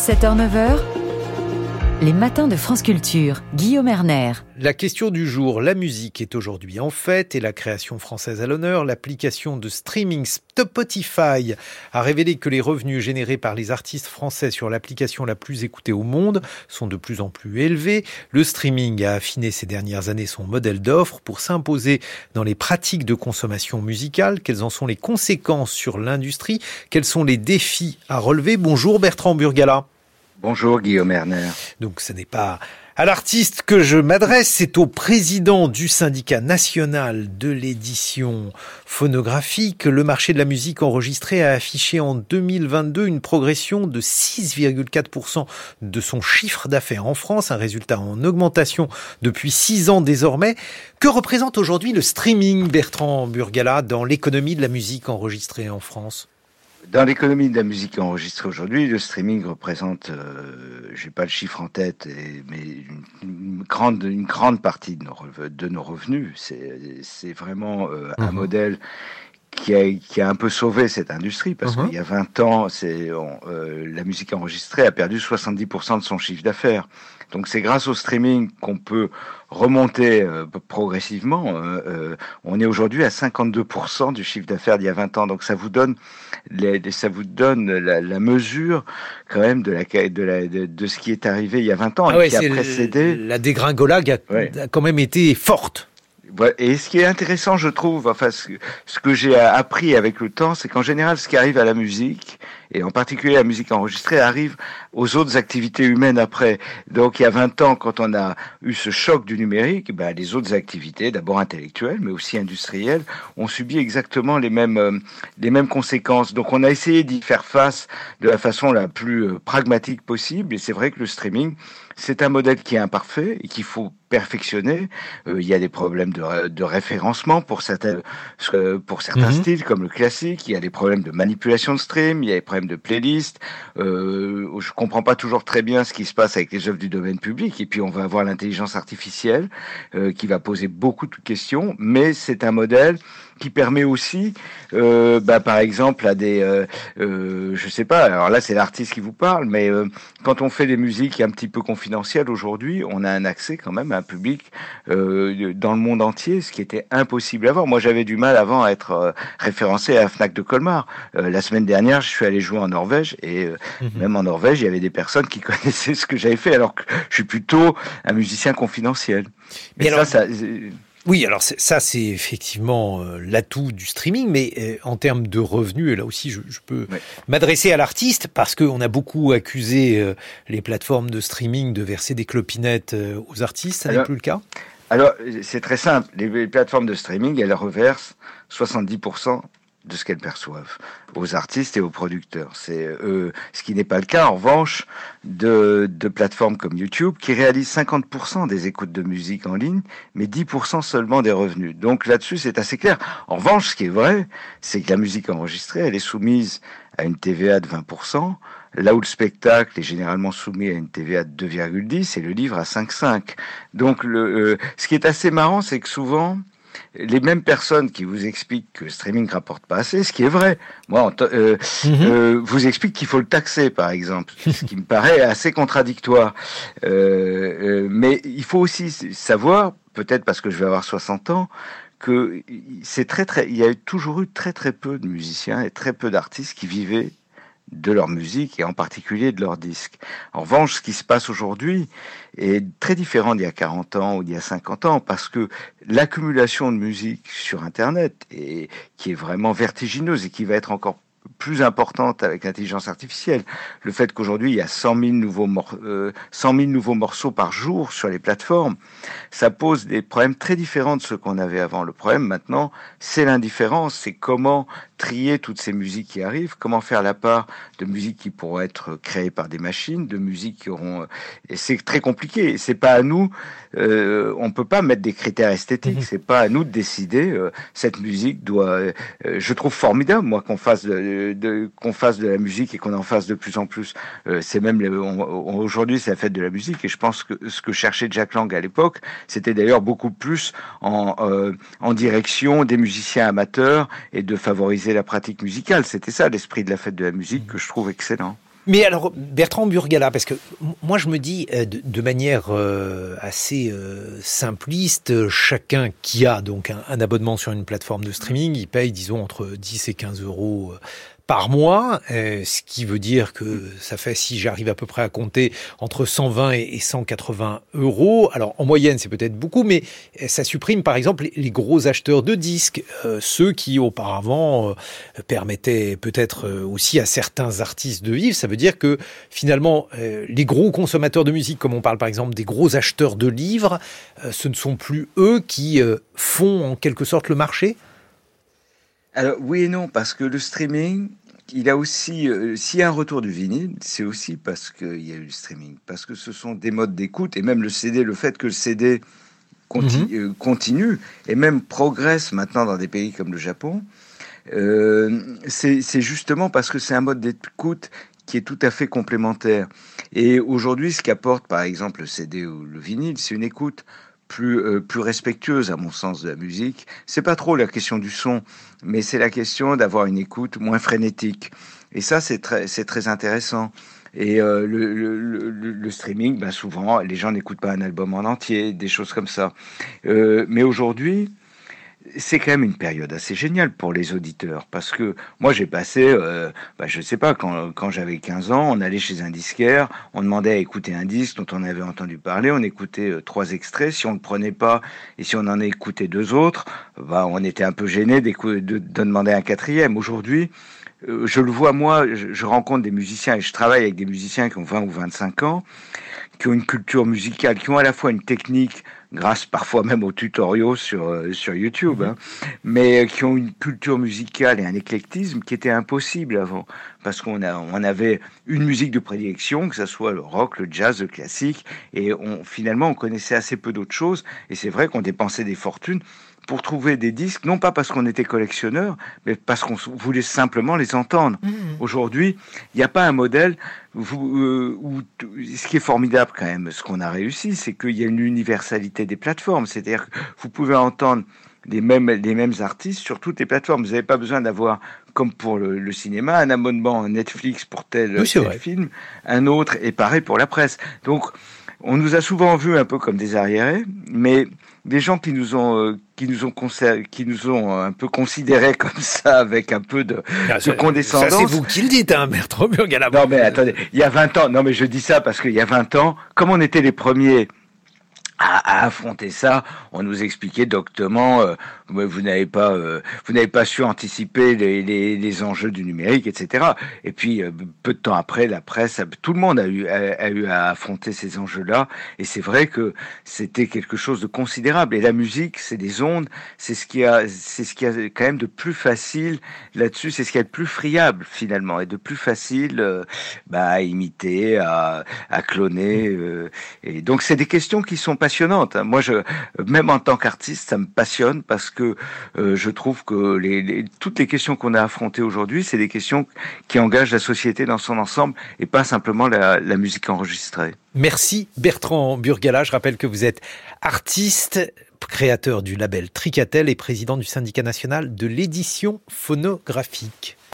7h-9h, les matins de France Culture, Guillaume Erner. La question du jour, la musique est aujourd'hui en fête et la création française à l'honneur. L'application de streaming Spotify a révélé que les revenus générés par les artistes français sur l'application la plus écoutée au monde sont de plus en plus élevés. Le streaming a affiné ces dernières années son modèle d'offre pour s'imposer dans les pratiques de consommation musicale. Quelles en sont les conséquences sur l'industrie? Quels sont les défis à relever? Bonjour Bertrand Burgala. Bonjour Guillaume Erner. Donc ce n'est pas à l'artiste que je m'adresse, c'est au président du syndicat national de l'édition phonographique. Le marché de la musique enregistrée a affiché en 2022 une progression de 6,4% de son chiffre d'affaires en France, un résultat en augmentation depuis 6 ans désormais. Que représente aujourd'hui le streaming, Bertrand Burgala, dans l'économie de la musique enregistrée en France ? Dans l'économie de la musique enregistrée aujourd'hui, le streaming représente, j'ai pas le chiffre en tête, mais une grande partie de nos revenus. C'est vraiment un modèle qui a un peu sauvé cette industrie, parce qu'il y a 20 ans, la musique enregistrée a perdu 70% de son chiffre d'affaires. Donc c'est grâce au streaming qu'on peut remonter progressivement. On est aujourd'hui à 52% du chiffre d'affaires d'il y a 20 ans. Donc ça vous donne la mesure quand même de ce qui est arrivé il y a 20 ans et qui a précédé. La dégringolade a quand même été forte. Et ce qui est intéressant, je trouve, ce que j'ai appris avec le temps, c'est qu'en général, ce qui arrive à la musique, et en particulier la musique enregistrée, arrive aux autres activités humaines après. Donc, il y a 20 ans, quand on a eu ce choc du numérique, les autres activités, d'abord intellectuelles, mais aussi industrielles, ont subi exactement les mêmes conséquences. Donc, on a essayé d'y faire face de la façon la plus pragmatique possible. Et c'est vrai que le streaming, c'est un modèle qui est imparfait et qu'il faut perfectionner. Il y a des problèmes de référencement pour certains styles, comme le classique. Il y a des problèmes de manipulation de stream. Il y a des problèmes de playlist. Je comprends pas toujours très bien ce qui se passe avec les œuvres du domaine public. Et puis, on va avoir l'intelligence artificielle qui va poser beaucoup de questions. Mais c'est un modèle qui permet aussi, par exemple, à des, je sais pas. Alors là, c'est l'artiste qui vous parle, mais quand on fait des musiques un petit peu confidentielles aujourd'hui, on a un accès quand même à un public dans le monde entier, ce qui était impossible avant. Moi, j'avais du mal avant à être référencé à la Fnac de Colmar. La semaine dernière, je suis allé jouer en Norvège et même en Norvège, il y avait des personnes qui connaissaient ce que j'avais fait, alors que je suis plutôt un musicien confidentiel. Mais alors, oui, alors ça c'est effectivement l'atout du streaming, mais en termes de revenus, et là aussi je peux m'adresser à l'artiste, parce qu'on a beaucoup accusé les plateformes de streaming de verser des clopinettes aux artistes, ça n'est plus le cas ? Alors c'est très simple, les plateformes de streaming, elles reversent 70% de ce qu'elles perçoivent aux artistes et aux producteurs. C'est ce qui n'est pas le cas, en revanche, de plateformes comme YouTube, qui réalisent 50% des écoutes de musique en ligne, mais 10% seulement des revenus. Donc là-dessus, c'est assez clair. En revanche, ce qui est vrai, c'est que la musique enregistrée, elle est soumise à une TVA de 20%, là où le spectacle est généralement soumis à une TVA de 2,10 et le livre à 5,5. Donc ce qui est assez marrant, c'est que souvent, les mêmes personnes qui vous expliquent que le streaming rapporte pas assez, ce qui est vrai, vous expliquent qu'il faut le taxer, par exemple, ce qui me paraît assez contradictoire. Mais il faut aussi savoir, peut-être parce que je vais avoir 60 ans, que il y a toujours eu très très peu de musiciens et très peu d'artistes qui vivaient de leur musique et en particulier de leurs disques. En revanche, ce qui se passe aujourd'hui est très différent d'il y a 40 ans ou d'il y a 50 ans, parce que l'accumulation de musique sur Internet, qui est vraiment vertigineuse et qui va être encore plus importante avec l'intelligence artificielle, le fait qu'aujourd'hui il y a 100 000 nouveaux morceaux par jour sur les plateformes, ça pose des problèmes très différents de ceux qu'on avait avant. Le problème maintenant, c'est l'indifférence, c'est comment trier toutes ces musiques qui arrivent, comment faire la part de musiques qui pourront être créées par des machines, de musiques qui auront... Et c'est très compliqué, c'est pas à nous, on peut pas mettre des critères esthétiques, c'est pas à nous de décider, cette musique doit... je trouve formidable, moi, qu'on fasse de la musique et qu'on en fasse de plus en plus. C'est même aujourd'hui, c'est la fête de la musique, et je pense que ce que cherchait Jack Lang à l'époque, c'était d'ailleurs beaucoup plus en direction des musiciens amateurs et de favoriser la pratique musicale. C'était ça l'esprit de la fête de la musique que je trouve excellent. Mais alors, Bertrand Burgala, parce que moi je me dis de manière assez simpliste, chacun qui a donc un abonnement sur une plateforme de streaming, il paye disons entre 10 et 15 euros par mois, ce qui veut dire que ça fait, si j'arrive à peu près à compter, entre 120 et 180 euros. Alors en moyenne c'est peut-être beaucoup, mais ça supprime par exemple les gros acheteurs de disques, ceux qui auparavant permettaient peut-être aussi à certains artistes de vivre. Ça veut dire que finalement les gros consommateurs de musique, comme on parle par exemple des gros acheteurs de livres, ce ne sont plus eux qui font en quelque sorte le marché. Alors oui et non, parce que le streaming, il a aussi, s'il y a un retour du vinyle, c'est aussi parce qu'il y a eu le streaming, parce que ce sont des modes d'écoute, et même le CD, le fait que le CD continue, et même progresse maintenant dans des pays comme le Japon, c'est justement parce que c'est un mode d'écoute qui est tout à fait complémentaire. Et aujourd'hui, ce qu'apporte par exemple le CD ou le vinyle, c'est une écoute plus respectueuse à mon sens de la musique. C'est pas trop la question du son, mais c'est la question d'avoir une écoute moins frénétique. Et ça, c'est très intéressant. Et le streaming, ben souvent, les gens n'écoutent pas un album en entier, des choses comme ça. Mais aujourd'hui, c'est quand même une période assez géniale pour les auditeurs, parce que moi j'ai passé, je sais pas, quand j'avais 15 ans, on allait chez un disquaire, on demandait à écouter un disque dont on avait entendu parler, on écoutait 3 extraits, si on le prenait pas et si on en écoutait 2 autres, on était un peu gêné de demander un 4e. Aujourd'hui, je le vois, moi, je rencontre des musiciens et je travaille avec des musiciens qui ont 20 ou 25 ans, qui ont une culture musicale, qui ont à la fois une technique, grâce parfois même aux tutoriaux sur YouTube, mais qui ont une culture musicale et un éclectisme qui était impossible avant, parce on avait une musique de prédilection, que ce soit le rock, le jazz, le classique, et finalement on connaissait assez peu d'autres choses, et c'est vrai qu'on dépensait des fortunes pour trouver des disques, non pas parce qu'on était collectionneur, mais parce qu'on voulait simplement les entendre. Aujourd'hui, il n'y a pas un modèle ce qui est formidable quand même, ce qu'on a réussi, c'est qu'il y a une universalité des plateformes. C'est-à-dire que vous pouvez entendre les mêmes artistes sur toutes les plateformes. Vous n'avez pas besoin d'avoir, comme pour le cinéma, un abonnement Netflix pour tel film, un autre, et pareil pour la presse. Donc, on nous a souvent vus un peu comme des arriérés, mais des gens qui nous ont un peu considérés comme ça, avec un peu de condescendance. Ça, c'est vous qui le dites, Bertrand Burgala. Non, mais attendez, il y a 20 ans, non, mais je dis ça parce qu'il y a 20 ans, comme on était les premiers à affronter ça, on nous expliquait doctement, vous n'avez pas su anticiper les enjeux du numérique, etc. Et puis peu de temps après, la presse, tout le monde a eu à affronter ces enjeux-là. Et c'est vrai que c'était quelque chose de considérable. Et la musique, c'est des ondes, c'est ce qu'il y a quand même de plus facile là-dessus. C'est ce qu'il y a de plus friable finalement et de plus facile à imiter, à cloner. Et donc c'est des questions qui sont passionnante. Moi, même en tant qu'artiste, ça me passionne parce que je trouve que toutes les questions qu'on a affrontées aujourd'hui, c'est des questions qui engagent la société dans son ensemble et pas simplement la musique enregistrée. Merci Bertrand Burgala. Je rappelle que vous êtes artiste, créateur du label Tricatel et président du syndicat national de l'édition phonographique.